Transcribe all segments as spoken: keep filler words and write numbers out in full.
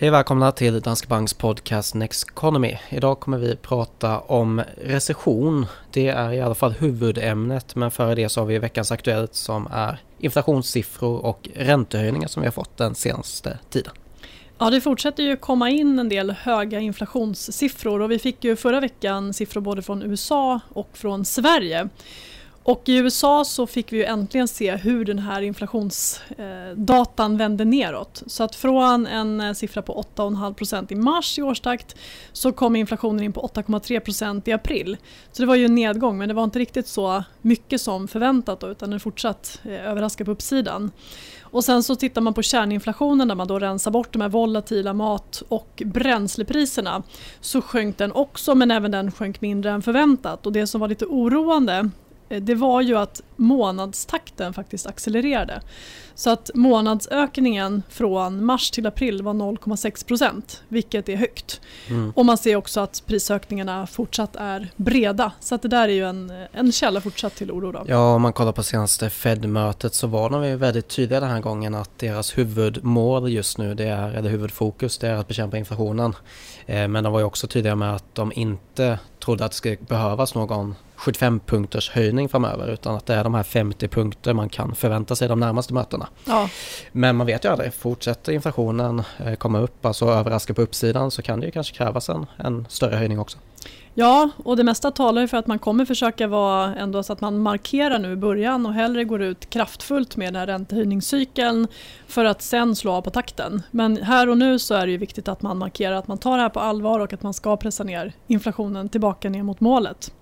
Hej och välkomna till Danske Banks podcast Next Economy. Idag kommer vi prata om recession. Det är i alla fall huvudämnet, men före det så har vi veckans Aktuellt som är inflationssiffror och räntehöjningar som vi har fått den senaste tiden. Ja, det fortsätter ju komma in en del höga inflationssiffror och vi fick ju förra veckan siffror både från U S A och från Sverige. Och i U S A så fick vi ju äntligen se hur den här inflationsdatan vände neråt. Så att från en siffra på åtta komma fem procent i mars i årstakt så kom inflationen in på åtta komma tre procent i april. Så det var ju en nedgång, men det var inte riktigt så mycket som förväntat då, utan den fortsatt överraskade på uppsidan. Och sen så tittar man på kärninflationen där man då rensar bort de här volatila mat- och bränslepriserna, så sjönk den också, men även den sjönk mindre än förväntat. Och det som var lite oroande, det var ju att månadstakten faktiskt accelererade. Så att månadsökningen från mars till april var noll komma sex procent, vilket är högt. Mm. Och man ser också att prisökningarna fortsatt är breda. Så att det där är ju en, en källa fortsatt till oro då. Ja, om man kollar på senaste Fed-mötet så var de ju väldigt tydliga den här gången att deras huvudmål just nu, det är, eller huvudfokus, det är att bekämpa inflationen. Eh, men de var ju också tydliga med att de inte trodde att det skulle behövas någon sjuttiofem punkters höjning framöver, utan att det är de här femtio punkter man kan förvänta sig de närmaste mötena. Ja. Men man vet ju aldrig, fortsätter inflationen komma upp, alltså överraska på uppsidan, så kan det ju kanske krävas en, en större höjning också. Ja, och det mesta talar för att man kommer försöka vara ändå så att man markerar nu i början och hellre går ut kraftfullt med den här räntehöjningscykeln för att sen slå av på takten. Men här och nu så är det ju viktigt att man markerar att man tar det här på allvar och att man ska pressa ner inflationen tillbaka ner mot målet.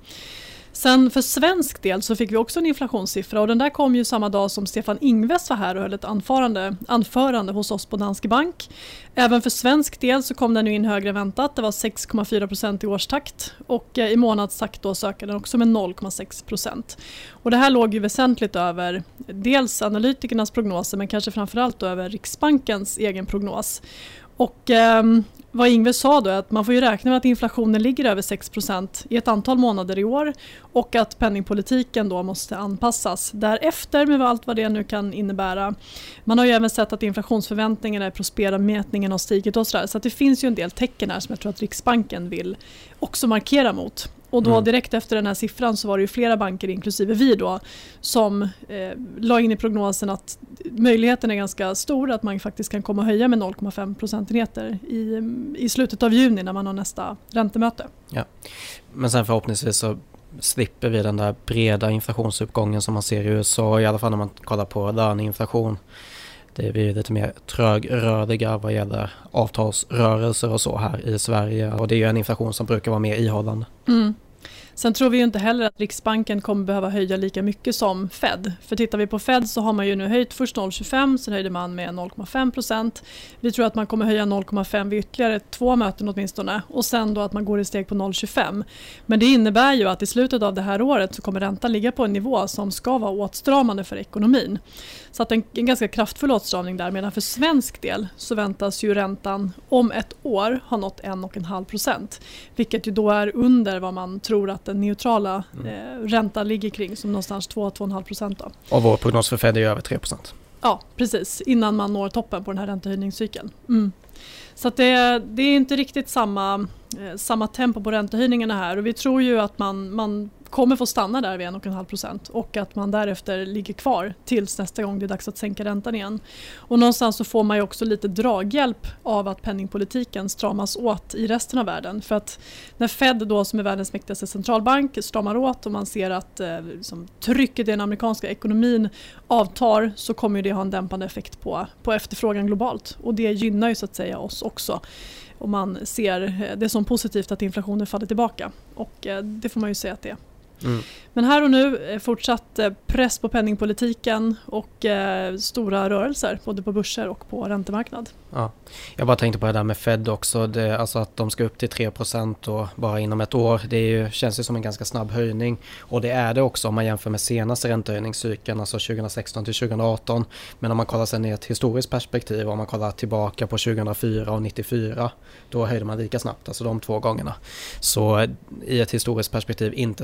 Sen för svensk del så fick vi också en inflationssiffra och den där kom ju samma dag som Stefan Ingves var här och höll ett anförande, anförande hos oss på Danske Bank. Även för svensk del så kom den nu in högre än väntat. Det var sex komma fyra procent i årstakt och i månadstakt då sökade den också med noll komma sex procent. Och det här låg ju väsentligt över dels analytikernas prognoser, men kanske framförallt över Riksbankens egen prognos. Och eh, vad Ingves sa då är att man får ju räkna med att inflationen ligger över sex procent i ett antal månader i år och att penningpolitiken då måste anpassas därefter med allt vad det nu kan innebära. Man har ju även sett att inflationsförväntningarna i Prospera-mätningen har stigit och sådär, så att det finns ju en del tecken här som jag tror att Riksbanken vill också markera mot. Och då direkt efter den här siffran så var det ju flera banker, inklusive vi då, som eh, la in i prognosen att möjligheten är ganska stor att man faktiskt kan komma att höja med noll komma fem procentenheter i, i slutet av juni när man har nästa räntemöte. Ja. Men sen förhoppningsvis så slipper vi den där breda inflationsuppgången som man ser i U S A, i alla fall när man kollar på löneinflation. Det är vi lite mer trögrörliga vad gäller avtalsrörelser och så här i Sverige. Och det är ju en inflation som brukar vara mer ihållande. Mm. Sen tror vi ju inte heller att Riksbanken kommer behöva höja lika mycket som Fed. För tittar vi på Fed så har man ju nu höjt först noll komma tjugofem, sen höjde man med noll komma fem procent. Vi tror att man kommer höja noll komma fem vid ytterligare två möten åtminstone. Och sen då att man går i steg på noll komma tjugofem. Men det innebär ju att i slutet av det här året så kommer räntan ligga på en nivå som ska vara åtstramande för ekonomin. Så att en, en ganska kraftfull åtstramning där. Medan för svensk del så väntas ju räntan om ett år ha nått en komma fem procent. Vilket ju då är under vad man tror att den neutrala eh, räntan ligger kring, som någonstans två till två komma fem procent då. Och vår prognos för Fed är över tre procent. Ja, precis. Innan man når toppen på den här räntehöjningscykeln. Mm. Så att det, det är inte riktigt samma, eh, samma tempo på räntehöjningarna här. Och vi tror ju att man, man kommer få stanna där vid en komma fem procent och att man därefter ligger kvar tills nästa gång det är dags att sänka räntan igen. Och någonstans så får man ju också lite draghjälp av att penningpolitiken stramas åt i resten av världen. För att när Fed då, som är världens mäktigaste centralbank, stramar åt och man ser att eh, liksom, trycket i den amerikanska ekonomin avtar, så kommer ju det ha en dämpande effekt på, på efterfrågan globalt. Och det gynnar ju så att säga oss också. Och man ser det som positivt att inflationen faller tillbaka. Och eh, det får man ju säga att det är. Mm. Men här och nu fortsatt press på penningpolitiken och eh, stora rörelser både på börser och på räntemarknad. Ja. Jag bara tänkte på det där med Fed också, det, alltså att de ska upp till tre procent och bara inom ett år. Det är ju, känns ju som en ganska snabb höjning, och det är det också om man jämför med senaste räntehöjningscykeln, alltså tjugohundrasexton till tjugohundraarton. Men om man kollar sen i ett historiskt perspektiv, om man kollar tillbaka på tjugohundrafyra och nittiofyra, då höjde man lika snabbt, alltså de två gångerna. Så i ett historiskt perspektiv inte så snabbt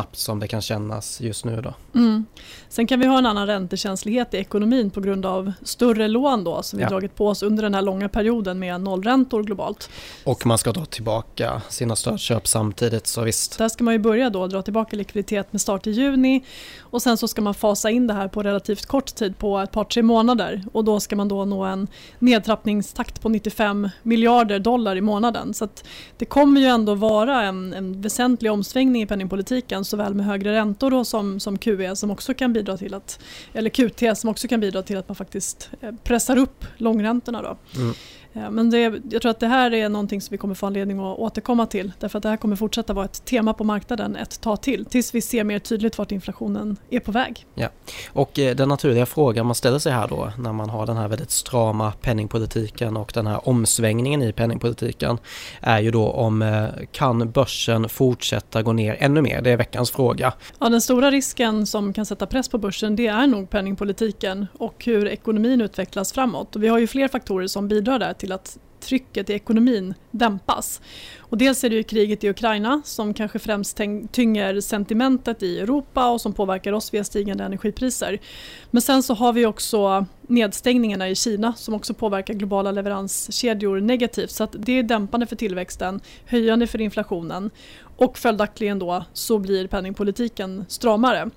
snabbt som det kan kännas just nu då. Mm. Sen kan vi ha en annan räntekänslighet i ekonomin på grund av större lån då, som vi ja. dragit på oss under den här långa perioden med nollräntor globalt. Och man ska dra tillbaka sina stödköp samtidigt, så visst. Där ska man ju börja då dra tillbaka likviditet med start i juni, och sen så ska man fasa in det här på relativt kort tid, på ett par tre månader, och då ska man då nå en nedtrappningstakt på nittiofem miljarder dollar i månaden. Så att det kommer ju ändå vara en, en väsentlig omsvängning i penningpolitiken, såväl med högre räntor då som, som Q E som också kan bidra till att, eller Q T som också kan bidra till att man faktiskt pressar upp långräntorna då. Mm. Men det, jag tror att det här är någonting som vi kommer få anledning att återkomma till, därför att det här kommer fortsätta vara ett tema på marknaden ett tag till, tills vi ser mer tydligt vart inflationen är på väg. Ja. Och den naturliga frågan man ställer sig här då, när man har den här väldigt strama penningpolitiken och den här omsvängningen i penningpolitiken, är ju då om kan börsen fortsätta gå ner ännu mer? Det är veckans fråga. Ja, den stora risken som kan sätta press på börsen, det är nog penningpolitiken och hur ekonomin utvecklas framåt. Och vi har ju fler faktorer som bidrar där till att trycket i ekonomin dämpas. Och dels är det ju kriget i Ukraina som kanske främst tynger sentimentet i Europa och som påverkar oss via stigande energipriser. Men sen så har vi också nedstängningarna i Kina som också påverkar globala leveranskedjor negativt. Så att det är dämpande för tillväxten, höjande för inflationen, och följaktligen då så blir penningpolitiken stramare.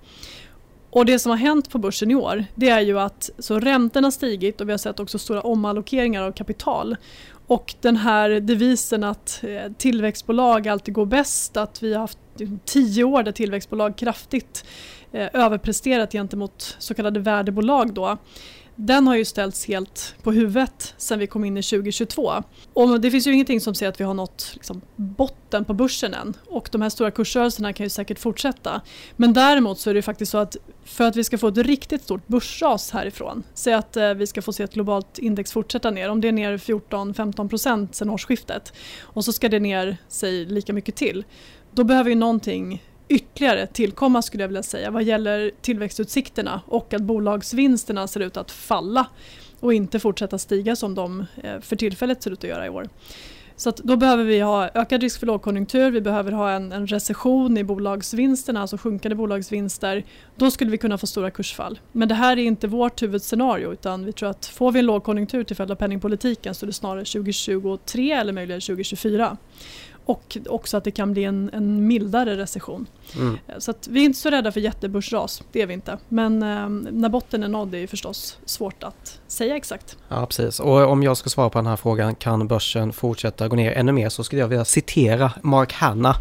Och det som har hänt på börsen i år, det är ju att så räntorna har stigit och vi har sett också stora omallokeringar av kapital. Och den här devisen att tillväxtbolag alltid går bäst, att vi har haft tio år där tillväxtbolag kraftigt eh, överpresterat gentemot så kallade värdebolag då, den har ju ställts helt på huvudet sedan vi kom in i tjugo tjugotvå. Och det finns ju ingenting som säger att vi har nått liksom, botten på börsen än. Och de här stora kursrörelserna kan ju säkert fortsätta. Men däremot så är det faktiskt så att för att vi ska få ett riktigt stort börsras härifrån, så att eh, vi ska få se ett globalt index fortsätta ner, om det är ner fjorton till femton procent sedan årsskiftet, och så ska det ner sig lika mycket till, då behöver ju någonting ytterligare tillkomma, skulle jag vilja säga, vad gäller tillväxtutsikterna och att bolagsvinsterna ser ut att falla och inte fortsätta stiga som de för tillfället ser ut att göra i år. Så att då behöver vi ha ökad risk för lågkonjunktur, vi behöver ha en, en recession i bolagsvinsterna, alltså sjunkande bolagsvinster. Då skulle vi kunna få stora kursfall. Men det här är inte vårt huvudscenario, utan vi tror att får vi en lågkonjunktur till följd av penningpolitiken så är det snarare tjugo tjugotre eller möjligen tjugo tjugofyra. Och också att det kan bli en, en mildare recession. Mm. Så att vi är inte så rädda för jättebörsras, det är vi inte. Men eh, när botten är nådd är det förstås svårt att säga exakt. Ja, precis. Och om jag ska svara på den här frågan, kan börsen fortsätta gå ner ännu mer, så skulle jag vilja citera Mark Hanna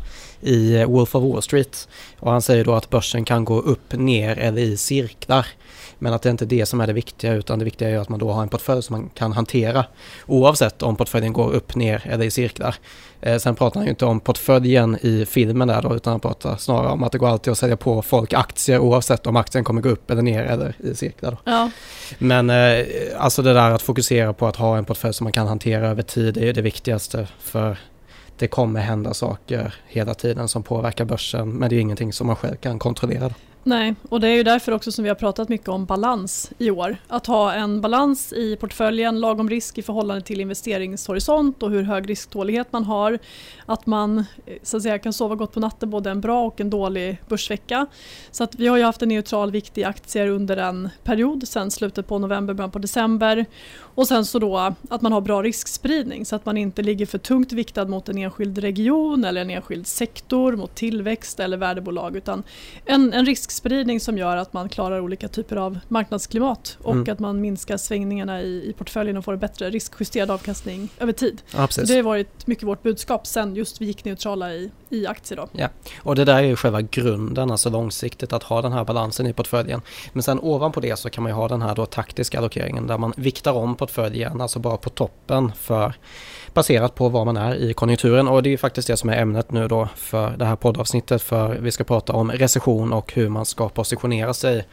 i Wolf of Wall Street. Och han säger då att börsen kan gå upp, ner eller i cirklar. Men att det inte är det som är det viktiga, utan det viktiga är att man då har en portfölj som man kan hantera oavsett om portföljen går upp, ner eller i cirklar. Eh, sen pratar han ju inte om portföljen i filmen där då, utan han pratar snarare om att det går alltid att sälja på folk aktier oavsett om aktien kommer gå upp eller ner eller i cirklar då. Ja. Men eh, alltså det där att fokusera på att ha en portfölj som man kan hantera över tid är det viktigaste, för det kommer hända saker hela tiden som påverkar börsen, men det är ingenting som man själv kan kontrollera då. Nej, och det är ju därför också som vi har pratat mycket om balans i år. Att ha en balans i portföljen, lagom risk i förhållande till investeringshorisont och hur hög risktålighet man har. Att man så att säga, kan sova gott på natten både en bra och en dålig börsvecka. Så att vi har ju haft en neutral vikt i aktier under en period, sedan slutet på november, början på december. Och sen så då att man har bra riskspridning så att man inte ligger för tungt viktad mot en enskild region eller en enskild sektor, mot tillväxt eller värdebolag, utan en, en riskspridning som gör att man klarar olika typer av marknadsklimat och mm. att man minskar svängningarna i, i portföljen och får en bättre riskjusterad avkastning över tid. Ja, så det har varit mycket vårt budskap sen just vi gick neutrala i, i aktier då. Ja, och det där är ju själva grunden, alltså långsiktigt att ha den här balansen i portföljen. Men sen ovanpå det så kan man ju ha den här då taktiska allokeringen där man viktar om portföljen, alltså bara på toppen för baserat på vad man är i konjunkturen, och det är faktiskt det som är ämnet nu då för det här poddavsnittet, för vi ska prata om recession och hur man ska positionera sig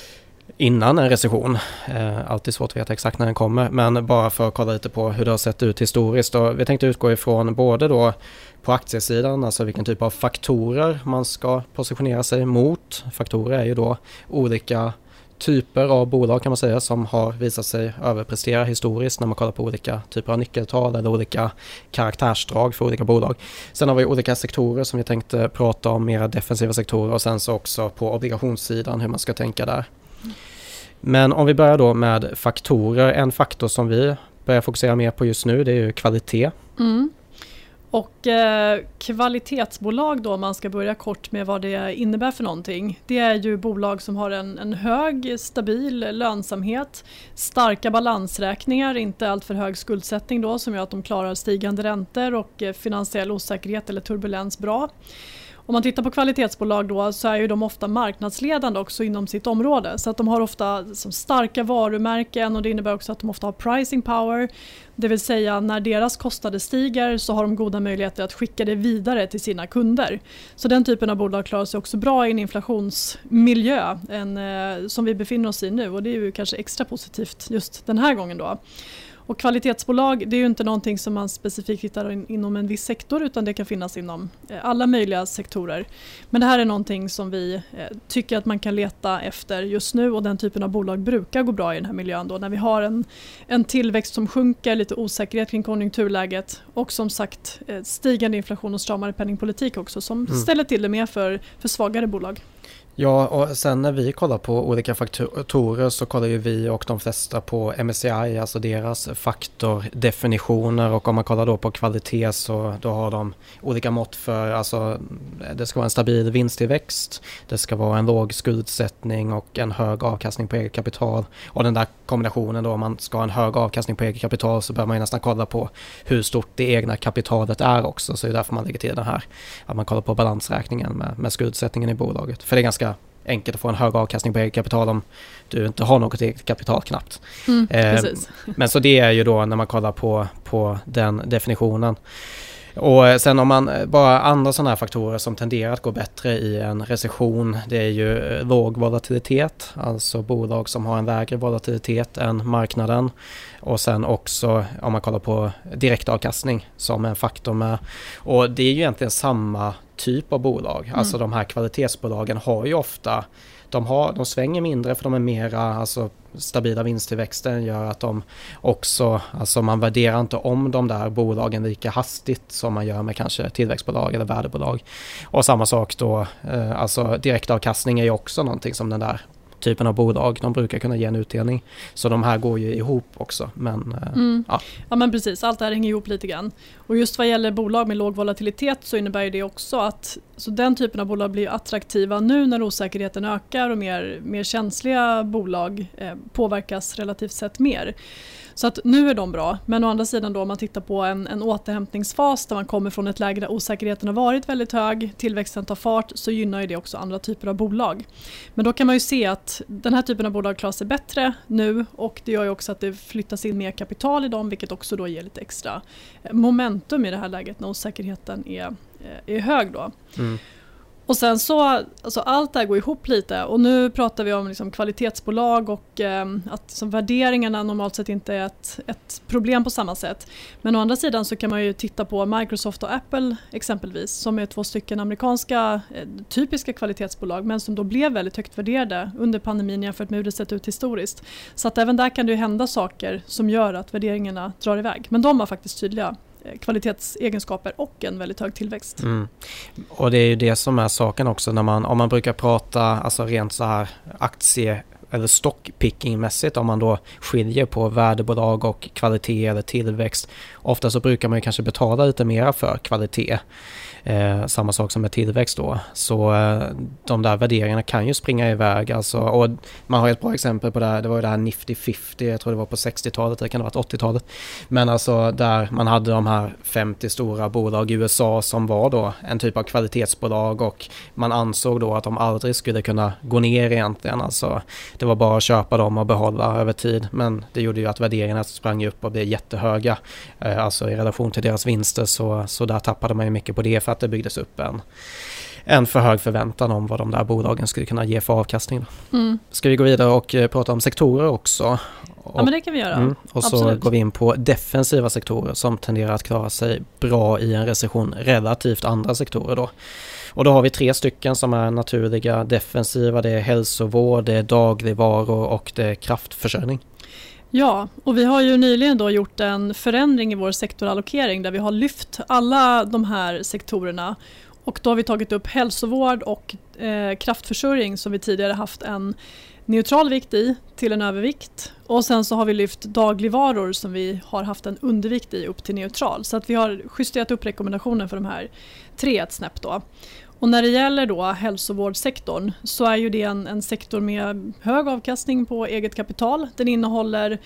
innan en recession. Eh, alltid svårt att veta exakt när den kommer, men bara för att kolla lite på hur det har sett ut historiskt. Och vi tänkte utgå ifrån både då på aktiesidan, alltså vilken typ av faktorer man ska positionera sig mot. Faktorer är ju då olika typer av bolag kan man säga som har visat sig överprestera historiskt när man kollar på olika typer av nyckeltal eller olika karaktärsdrag för olika bolag. Sen har vi olika sektorer som vi tänkte prata om, mera defensiva sektorer, och sen så också på obligationssidan hur man ska tänka där. Men om vi börjar då med faktorer, en faktor som vi börjar fokusera mer på just nu, det är ju kvalitet. Mm. Och eh, kvalitetsbolag då, om man ska börja kort med vad det innebär för någonting. Det är ju bolag som har en, en hög, stabil lönsamhet, starka balansräkningar, inte allt för hög skuldsättning då som gör att de klarar stigande räntor och eh, finansiell osäkerhet eller turbulens bra. Om man tittar på kvalitetsbolag då så är ju de ofta marknadsledande också inom sitt område. Så att de har ofta som starka varumärken, och det innebär också att de ofta har pricing power. Det vill säga när deras kostnader stiger så har de goda möjligheter att skicka det vidare till sina kunder. Så den typen av bolag klarar sig också bra i en inflationsmiljö än, eh, som vi befinner oss i nu. Och det är ju kanske extra positivt just den här gången då. Och kvalitetsbolag, det är ju inte någonting som man specifikt hittar in, inom en viss sektor, utan det kan finnas inom eh, alla möjliga sektorer. Men det här är någonting som vi eh, tycker att man kan leta efter just nu, och den typen av bolag brukar gå bra i den här miljön då, när vi har en, en tillväxt som sjunker, lite osäkerhet kring konjunkturläget och som sagt eh, stigande inflation och stramare penningpolitik också som mm. ställer till det mer för, för svagare bolag. Ja, och sen när vi kollar på olika faktorer så kollar ju vi och de flesta på M S C I, alltså deras faktordefinitioner, och om man kollar då på kvalitet så då har de olika mått för, alltså det ska vara en stabil vinsttillväxt, det ska vara en låg skuldsättning och en hög avkastning på eget kapital, och den där kombinationen då, om man ska ha en hög avkastning på eget kapital så bör man ju nästan kolla på hur stort det egna kapitalet är också, så det är därför man lägger till den här, att man kollar på balansräkningen med, med skuldsättningen i bolaget, för det är ganska enkelt att få en hög avkastning på eget kapital om du inte har något eget kapital knappt. Mm, eh, men så det är ju då när man kollar på, på den definitionen. Och sen om man bara andra sådana här faktorer som tenderar att gå bättre i en recession, det är ju låg volatilitet, alltså bolag som har en lägre volatilitet än marknaden, och sen också om man kollar på direktavkastning som en faktor med, och det är ju egentligen samma typ av bolag, mm. alltså de här kvalitetsbolagen har ju ofta, de, har, de svänger mindre för de är mera, alltså stabila vinsttillväxten gör att de också, alltså man värderar inte om de där bolagen lika hastigt som man gör med kanske tillväxtbolag eller värdebolag. Och samma sak då, eh, alltså direktavkastning är ju också någonting som den där typen av bolag, de brukar kunna ge en utdelning. Så de här går ju ihop också. Men, mm. ja. ja men precis, allt det här hänger ihop lite grann. Och just vad gäller bolag med låg volatilitet så innebär det också att så den typen av bolag blir attraktiva nu när osäkerheten ökar och mer, mer känsliga bolag eh, påverkas relativt sett mer. Så att nu är de bra, men å andra sidan då om man tittar på en, en återhämtningsfas där man kommer från ett läge där osäkerheten har varit väldigt hög, tillväxten tar fart, så gynnar ju det också andra typer av bolag. Men då kan man ju se att den här typen av bolag klarar sig bättre nu, och det gör ju också att det flyttas in mer kapital i dem, vilket också då ger lite extra momentum i det här läget när osäkerheten är, är hög då. Mm. Och sen så, alltså allt det här går ihop lite, och nu pratar vi om liksom kvalitetsbolag och eh, att som värderingarna normalt sett inte är ett, ett problem på samma sätt. Men å andra sidan så kan man ju titta på Microsoft och Apple exempelvis, som är två stycken amerikanska eh, typiska kvalitetsbolag, men som då blev väldigt högt värderade under pandemin jämfört med hur det sett ut historiskt. Så att även där kan det ju hända saker som gör att värderingarna drar iväg. Men de har faktiskt tydliga kvalitetsegenskaper och en väldigt hög tillväxt. Mm. Och det är ju det som är saken också när man, om man brukar prata alltså rent så här aktie eller stockpicking-mässigt, om man då skiljer på värdebolag och kvalitet eller tillväxt. Ofta så brukar man ju kanske betala lite mer för kvalitet. Eh, samma sak som med tillväxt då. Så eh, de där värderingarna kan ju springa iväg. Alltså, och man har ett bra exempel på det här, det var ju det här Nifty femtio, jag tror det var på sextiotalet, det kan ha varit åttiotalet. Men alltså där man hade de här femtio stora bolag i U S A som var då en typ av kvalitetsbolag, och man ansåg då att de aldrig skulle kunna gå ner egentligen. Alltså det var bara att köpa dem och behålla över tid, men det gjorde ju att värderingarna sprang upp och blev jättehöga. Eh, alltså i relation till deras vinster, så, så där tappade man ju mycket på det för att det byggdes upp en, en för hög förväntan om vad de där bolagen skulle kunna ge för avkastning. Mm. Ska vi gå vidare och uh, prata om sektorer också? Och, ja, men det kan vi göra. Mm, och så Absolut. går vi in på defensiva sektorer som tenderar att klara sig bra i en recession relativt andra sektorer då. Och då har vi tre stycken som är naturliga defensiva. Det är hälsovård, det är dagligvaror och det är kraftförsörjning. Ja, och vi har ju nyligen då gjort en förändring i vår sektorallokering där vi har lyft alla de här sektorerna. Och då har vi tagit upp hälsovård och eh, kraftförsörjning som vi tidigare haft en neutral vikt i till en övervikt. Och sen så har vi lyft dagligvaror som vi har haft en undervikt i upp till neutral. Så att vi har justerat upp rekommendationen för de här tre ett snäpp då. Och när det gäller då hälsovårdssektorn så är ju det en, en sektor med hög avkastning på eget kapital. Den innehåller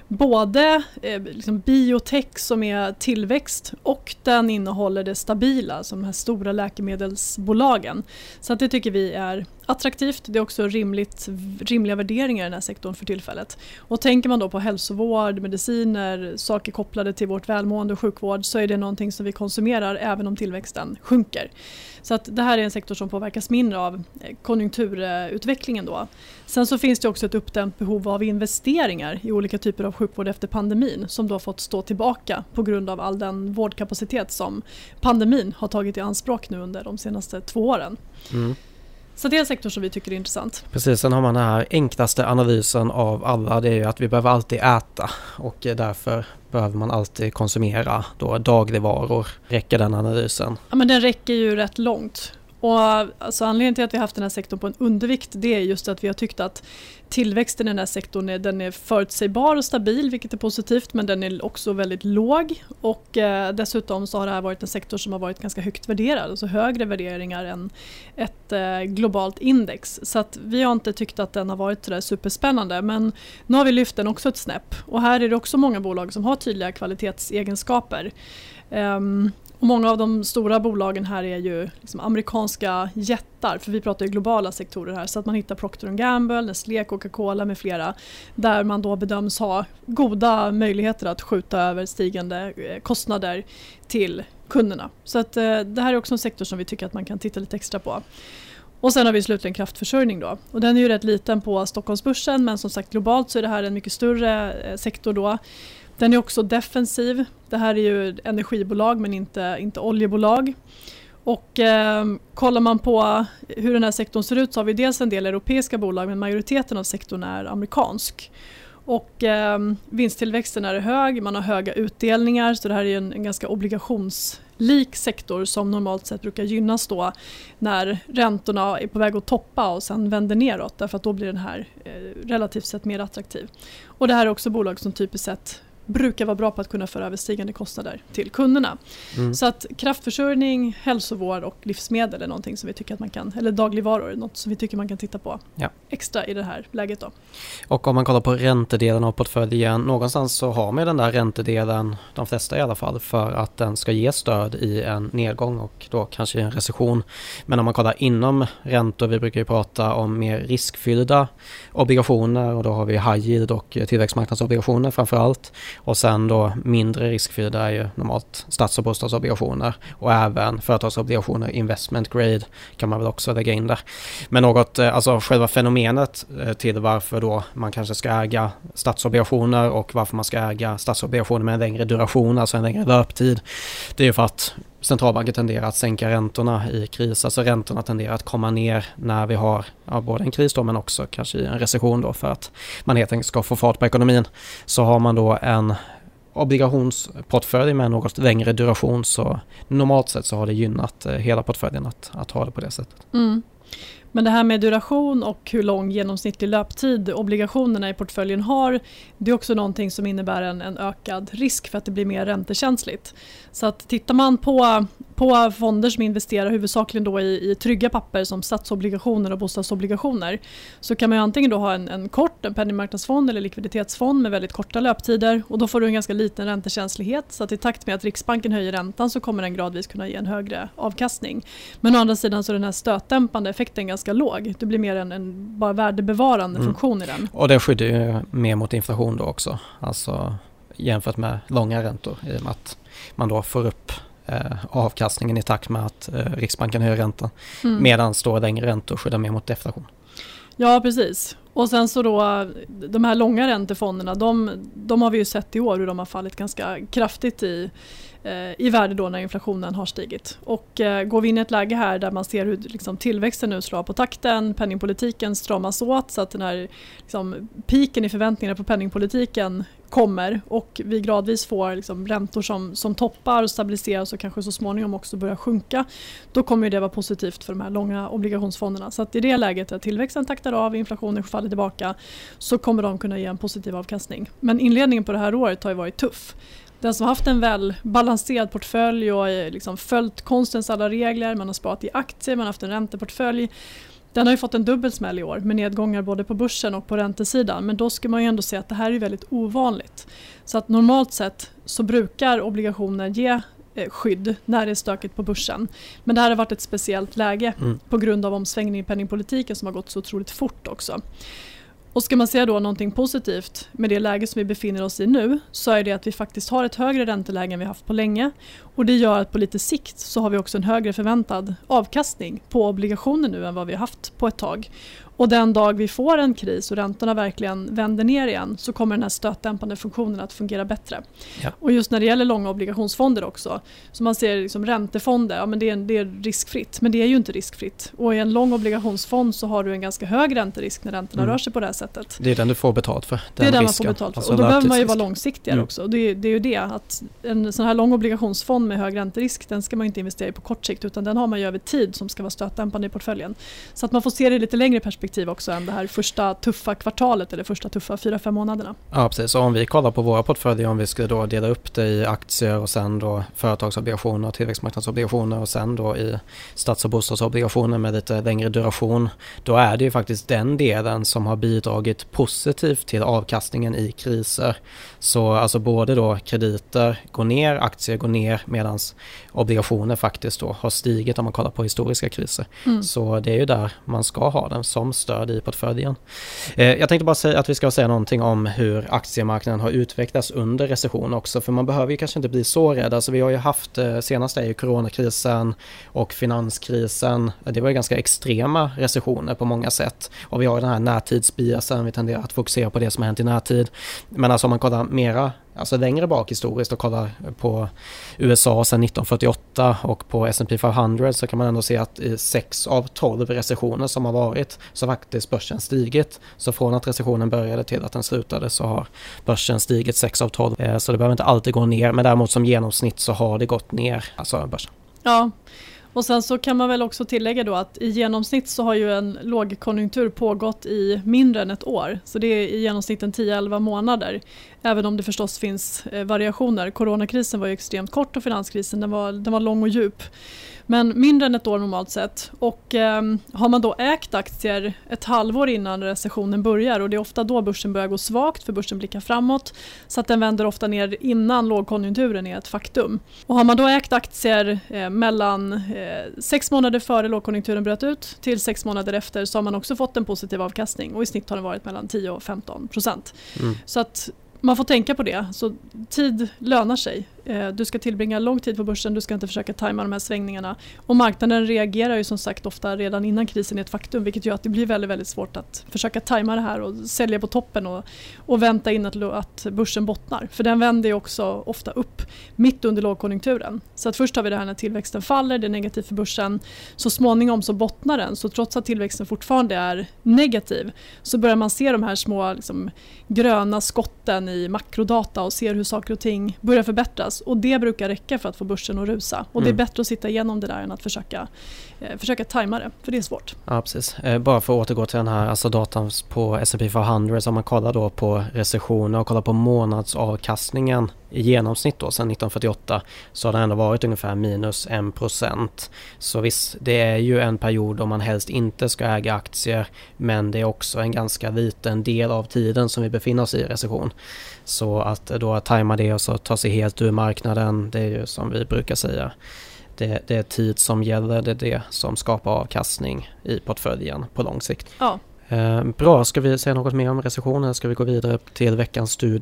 både eh, liksom biotech som är tillväxt och den innehåller det stabila som de här stora läkemedelsbolagen. Så att det tycker vi är attraktivt. Det är också rimligt, rimliga värderingar i den här sektorn för tillfället. Och tänker man då på hälsovård, mediciner, saker kopplade till vårt välmående och sjukvård så är det någonting som vi konsumerar även om tillväxten sjunker. Så att det här är en sektor som påverkas mindre av konjunkturutvecklingen då. Sen så finns det också ett uppdämt behov av investeringar i olika typer av sjukvård efter pandemin som då har fått stå tillbaka på grund av all den vårdkapacitet som pandemin har tagit i anspråk nu under de senaste två åren. Mm. Så det är en sektor som vi tycker är intressant. Precis, sen har man den här enklaste analysen av alla, det är ju att vi behöver alltid äta och därför behöver man alltid konsumera då dagligvaror. Räcker den analysen? Ja, men den räcker ju rätt långt. Och alltså anledningen till att vi har haft den här sektorn på en undervikt det är just att vi har tyckt att tillväxten i den här sektorn är, den är förutsägbar och stabil vilket är positivt men den är också väldigt låg och eh, dessutom så har det här varit en sektor som har varit ganska högt värderad, alltså högre värderingar än ett eh, globalt index. Så att vi har inte tyckt att den har varit så där superspännande men nu har vi lyft den också ett snäpp och här är det också många bolag som har tydliga kvalitetsegenskaper. Um, Och många av de stora bolagen här är ju liksom amerikanska jättar, för vi pratar ju globala sektorer här, så att man hittar Procter and Gamble, Nestlé, Coca-Cola med flera, där man då bedöms ha goda möjligheter att skjuta över stigande kostnader till kunderna. Så att eh, det här är också en sektor som vi tycker att man kan titta lite extra på. Och sen har vi slutligen kraftförsörjning då. Och den är ju rätt liten på Stockholmsbörsen, men som sagt globalt så är det här en mycket större eh, sektor då. Den är också defensiv. Det här är ju energibolag men inte, inte oljebolag. Och eh, kollar man på hur den här sektorn ser ut så har vi dels en del europeiska bolag men majoriteten av sektorn är amerikansk. Och eh, vinsttillväxten är hög, man har höga utdelningar så det här är en, en ganska obligationslik sektor som normalt sett brukar gynnas då när räntorna är på väg att toppa och sen vänder neråt därför att då blir den här eh, relativt sett mer attraktiv. Och det här är också bolag som typiskt sett brukar vara bra på att kunna föra över stigande kostnader till kunderna. Mm. Så att kraftförsörjning, hälsovård och livsmedel är någonting som vi tycker att man kan, eller dagligvaror är något som vi tycker man kan titta på ja. extra i det här läget då. Och om man kollar på räntedelen av portföljen, någonstans så har man den där räntedelen, de flesta i alla fall, för att den ska ge stöd i en nedgång och då kanske i en recession. Men om man kollar inom räntor, vi brukar ju prata om mer riskfyllda obligationer och då har vi high yield och tillväxtmarknadsobligationer framför allt. Och sen då mindre riskfyllda är ju normalt stats- och bostadsobligationer och även företagsobligationer, investment grade kan man väl också lägga in där. Men något, alltså själva fenomenet till varför då man kanske ska äga statsobligationer och varför man ska äga statsobligationer med en längre duration, alltså en längre löptid, det är ju för att centralbanken tenderar att sänka räntorna i kris. Alltså räntorna tenderar att komma ner när vi har ja, både en kris då, men också kanske en recession då, för att man helt enkelt ska få fart på ekonomin. Så har man då en obligationsportfölj med något längre duration så normalt sett så har det gynnat hela portföljen att, att ha det på det sättet. Mm. Men det här med duration och hur lång genomsnittlig löptid obligationerna i portföljen har, det är också någonting som innebär en, en ökad risk för att det blir mer räntekänsligt. Så att tittar man på, på fonder som investerar huvudsakligen då i, i trygga papper som statsobligationer och bostadsobligationer så kan man ju antingen då ha en, en kort, en penningmarknadsfond eller likviditetsfond med väldigt korta löptider och då får du en ganska liten räntekänslighet så att i takt med att Riksbanken höjer räntan så kommer den gradvis kunna ge en högre avkastning. Men å andra sidan så är den här stötdämpande effekten ganska låg. Det blir mer en, en bara värdebevarande mm. funktion i den. Och det skyddar ju mer mot inflation då också. Alltså jämfört med långa räntor i och med att man då får upp eh, avkastningen i takt med att eh, Riksbanken höjer räntan. Mm. Medan då längre räntor skyddar mer mot deflation. Ja, precis. Och sen så då, de här långa räntefonderna, de, de har vi ju sett i år hur de har fallit ganska kraftigt i, i värde då när inflationen har stigit. Och eh, går vi in i ett läge här där man ser hur liksom, tillväxten nu slår på takten, penningpolitiken stramas åt så att den här liksom, piken i förväntningarna på penningpolitiken kommer och vi gradvis får liksom, räntor som, som toppar och stabiliseras och kanske så småningom också börjar sjunka, då kommer det vara positivt för de här långa obligationsfonderna. Så att i det läget där tillväxten taktar av, inflationen faller tillbaka, så kommer de kunna ge en positiv avkastning. Men inledningen på det här året har ju varit tuff. Den som har haft en väl balanserad portfölj och liksom följt konstens alla regler, man har sparat i aktier, man har haft en ränteportfölj, den har ju fått en dubbelsmäll i år med nedgångar både på börsen och på räntesidan. Men då ska man ju ändå se att det här är väldigt ovanligt. Så att normalt sett så brukar obligationer ge eh, skydd när det är stökigt på börsen. Men det här har varit ett speciellt läge mm. på grund av omsvängning i penningpolitiken som har gått så otroligt fort också. Och ska man säga då någonting positivt med det läge som vi befinner oss i nu, så är det att vi faktiskt har ett högre ränteläge än vi haft på länge. Och det gör att på lite sikt så har vi också en högre förväntad avkastning på obligationer nu än vad vi har haft på ett tag. Och den dag vi får en kris och räntorna verkligen vänder ner igen, så kommer den här stötdämpande funktionen att fungera bättre. Ja. Och just när det gäller långa obligationsfonder också, så man ser liksom räntefonder, ja men det är, det är riskfritt, men det är ju inte riskfritt. Och i en lång obligationsfond så har du en ganska hög ränterisk när räntorna mm. rör sig på det här sättet. Det är den du får betalt för. Den det är den risken. man får betalt för. Alltså och då behöver man ju vara långsiktigare mm. också. Det är, det är ju det, att en sån här lång obligationsfond med hög ränterisk, den ska man inte investera i på kort sikt, utan den har man ju över tid som ska vara stötdämpande i portföljen. Så att man får se det i lite längre perspektiv också än det här första tuffa kvartalet eller första tuffa fyra, fem månaderna. Ja, precis. Och om vi kollar på våra portföljer, om vi ska då dela upp det i aktier och sen då företagsobligationer och tillväxtmarknadsobligationer och sen då i stats- och bostadsobligationer med lite längre duration, då är det ju faktiskt den delen som har bidragit positivt till avkastningen i kriser. Så alltså både då krediter går ner, aktier går ner, medan obligationer faktiskt då har stigit om man kollar på historiska kriser. Mm. Så det är ju där man ska ha den som stöd i portföljen. Eh, jag tänkte bara säga att vi ska säga någonting om hur aktiemarknaden har utvecklats under recession också, för man behöver ju kanske inte bli så rädd. Alltså vi har ju haft, eh, senast är ju coronakrisen och finanskrisen, det var ju ganska extrema recessioner på många sätt. Och vi har den här närtidsbiasen, vi tenderar att fokusera på det som har hänt i närtid. Men alltså om man kollar mera alltså längre bak historiskt och kollar på U S A sedan nitton fyrtioåtta och på S and P femhundra, så kan man ändå se att i sex av tolv recessioner som har varit så har faktiskt börsen stigit. Så från att recessionen började till att den slutade så har börsen stigit sex av tolv. Så det behöver inte alltid gå ner, men däremot som genomsnitt så har det gått ner, alltså börsen. Ja. Och sen så kan man väl också tillägga då att i genomsnitt så har ju en lågkonjunktur pågått i mindre än ett år. Så det är i genomsnitt en tio till elva månader. Även om det förstås finns eh, variationer. Coronakrisen var ju extremt kort och finanskrisen den var, den var lång och djup. Men mindre än ett år normalt sett. Och eh, har man då ägt aktier ett halvår innan recessionen börjar, och det är ofta då börsen börjar gå svagt för börsen blickar framåt, så att den vänder ofta ner innan lågkonjunkturen är ett faktum. Och har man då ägt aktier eh, mellan eh, sex månader före lågkonjunkturen bröt ut till sex månader efter, så har man också fått en positiv avkastning, och i snitt har den varit mellan tio och femton procent. Mm. Så att man får tänka på det. Så tid lönar sig. Du ska tillbringa lång tid på börsen, du ska inte försöka tajma de här svängningarna. Och marknaden reagerar ju som sagt ofta redan innan krisen är ett faktum, vilket gör att det blir väldigt, väldigt svårt att försöka tajma det här och sälja på toppen och, och vänta in att, att börsen bottnar. För den vänder ju också ofta upp mitt under lågkonjunkturen. Så att först har vi det här när tillväxten faller, det är negativt för börsen. Så småningom så bottnar den, så trots att tillväxten fortfarande är negativ så börjar man se de här små liksom, gröna skotten i makrodata och ser hur saker och ting börjar förbättras. Och det brukar räcka för att få börsen att rusa. Och mm. det är bättre att sitta igenom det där än att försöka, eh, försöka tajma det. För det är svårt. Ja, precis. Eh, bara för att återgå till den här alltså datan på S and P femhundra, så om man kollar då på recessioner och kollar på månadsavkastningen i genomsnitt då sedan nitton fyrtioåtta, så har det ändå varit ungefär minus en procent. Så visst, det är ju en period då man helst inte ska äga aktier, men det är också en ganska liten del av tiden som vi befinner oss i recession. Så att då tajma det och så ta sig helt ur marknaden, det är ju som vi brukar säga, det, det är tid som gäller, det är det som skapar avkastning i portföljen på lång sikt. Ja. Eh, bra, ska vi säga något mer om recessionen? Ska vi gå vidare till veckans studie?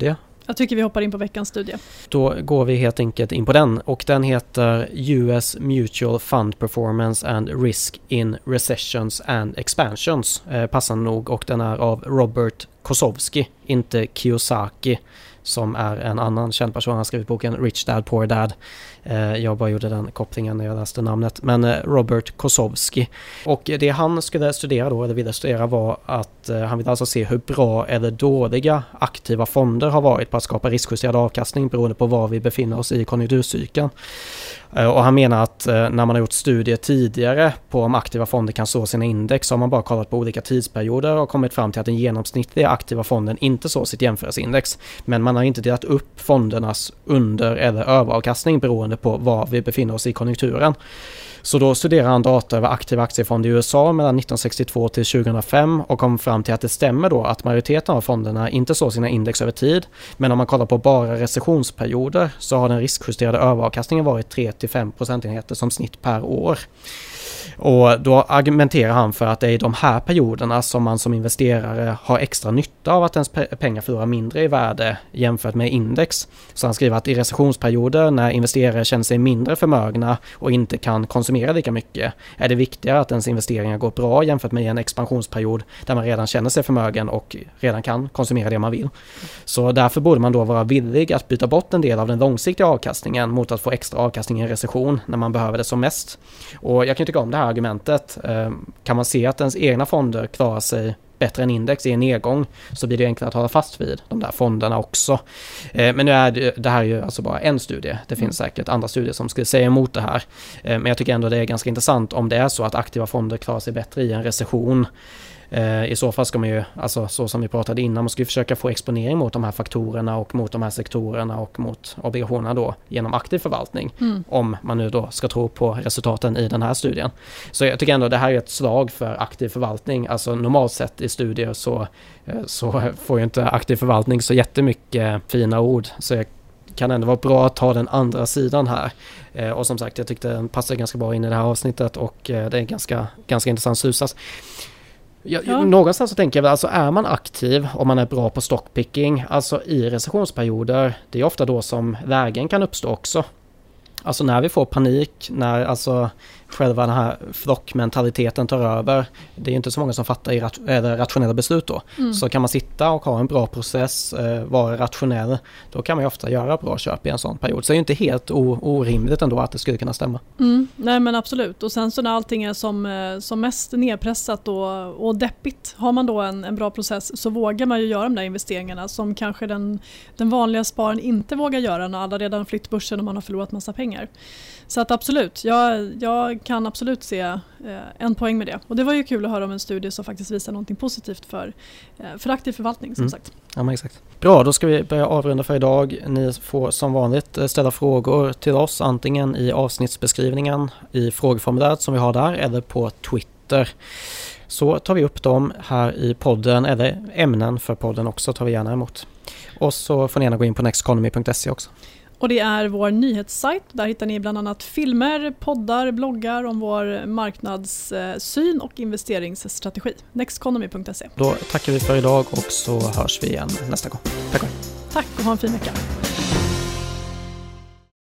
Jag tycker vi hoppar in på veckans studie. Då går vi helt enkelt in på den och den heter U S Mutual Fund Performance and Risk in Recessions and Expansions, eh, passande nog, och den är av Robert Kosowski, inte Kiyosaki som är en annan känd person. Han har skrivit boken Rich Dad Poor Dad. Eh, jag bara gjorde den kopplingen när jag läste namnet. Men eh, Robert Kosowski. Och det han skulle studera då, eller ville studera, var att eh, han vill alltså se hur bra eller dåliga aktiva fonder har varit på att skapa riskjusterad avkastning beroende på var vi befinner oss i konjunkturcykeln. Eh, och han menar att eh, när man har gjort studier tidigare på om aktiva fonder kan så sina index, så har man bara kollat på olika tidsperioder och kommit fram till att den genomsnittliga aktiva fonden inte så sitt jämförelseindex. Men man har inte delat upp fondernas under- eller överavkastning beroende på var vi befinner oss i konjunkturen. Så då studerar han data över aktiva aktiefonder i U S A mellan nittonhundrasextiotvå till tjugohundrafem och kom fram till att det stämmer då att majoriteten av fonderna inte så sina index över tid. Men om man kollar på bara recessionsperioder så har den riskjusterade överavkastningen varit tre till fem procentenheter som snitt per år. Och då argumenterar han för att det är i de här perioderna som man som investerare har extra nytta av att ens pengar förlorar mindre i värde jämfört med index. Så han skriver att i recessionsperioder när investerare känner sig mindre förmögna och inte kan konsumera lika mycket är det viktigare att ens investeringar går bra jämfört med en expansionsperiod där man redan känner sig förmögen och redan kan konsumera det man vill. Så därför borde man då vara villig att byta bort en del av den långsiktiga avkastningen mot att få extra avkastning i en recession när man behöver det som mest. Och jag kan tycka om det här argumentet. Kan man se att ens egna fonder klarar sig bättre än index i en nedgång så blir det enklare att hålla fast vid de där fonderna också. Men nu är det, det här är ju alltså bara en studie. Det finns mm. säkert andra studier som skulle säga emot det här. Men jag tycker ändå det är ganska intressant om det är så att aktiva fonder klarar sig bättre i en recession. I så fall ska man ju, alltså så som vi pratade innan, man ska ju försöka få exponering mot de här faktorerna och mot de här sektorerna och mot obligationerna då genom aktiv förvaltning. Mm. Om man nu då ska tro på resultaten i den här studien. Så jag tycker ändå det här är ett slag för aktiv förvaltning. Alltså normalt sett i studier så, så får ju inte aktiv förvaltning så jättemycket fina ord. Så jag kan ändå vara bra att ta den andra sidan här. Eh, och som sagt, jag tyckte den passar ganska bra in i det här avsnittet och eh, det är ganska, ganska intressant susas. Ja, ja. Någonstans så tänker jag väl, alltså är man aktiv och man är bra på stockpicking, alltså i recessionsperioder, det är ofta då som lägen kan uppstå också. Alltså när vi får panik, när alltså själva den här flockmentaliteten tar över, det är inte så många som fattar i rat- eller rationella beslut då. Mm. Så kan man sitta och ha en bra process, eh, vara rationell, då kan man ju ofta göra bra köp i en sån period. Så det är ju inte helt o- orimligt ändå att det skulle kunna stämma. Mm. Nej men absolut. Och sen så när allting är som, som mest nedpressat och, och deppigt, har man då en, en bra process så vågar man ju göra de där investeringarna som kanske den, den vanliga sparen inte vågar göra när alla redan flytt börsen och man har förlorat massa pengar. Så att absolut, jag, jag kan absolut se eh, en poäng med det. Och det var ju kul att höra om en studie som faktiskt visar någonting positivt för, eh, för aktiv förvaltning som mm. sagt. Ja, men exakt. Bra, då ska vi börja avrunda för idag. Ni får som vanligt ställa frågor till oss antingen i avsnittsbeskrivningen i frågeformuläret som vi har där eller på Twitter. Så tar vi upp dem här i podden, eller ämnen för podden också tar vi gärna emot. Och så får ni gärna gå in på nexteconomy punkt se också. Och det är vår nyhetssajt. Där hittar ni bland annat filmer, poddar, bloggar om vår marknadssyn och investeringsstrategi. nexteconomy punkt se. Då tackar vi för idag och så hörs vi igen nästa gång. Tack. Tack och ha en fin vecka.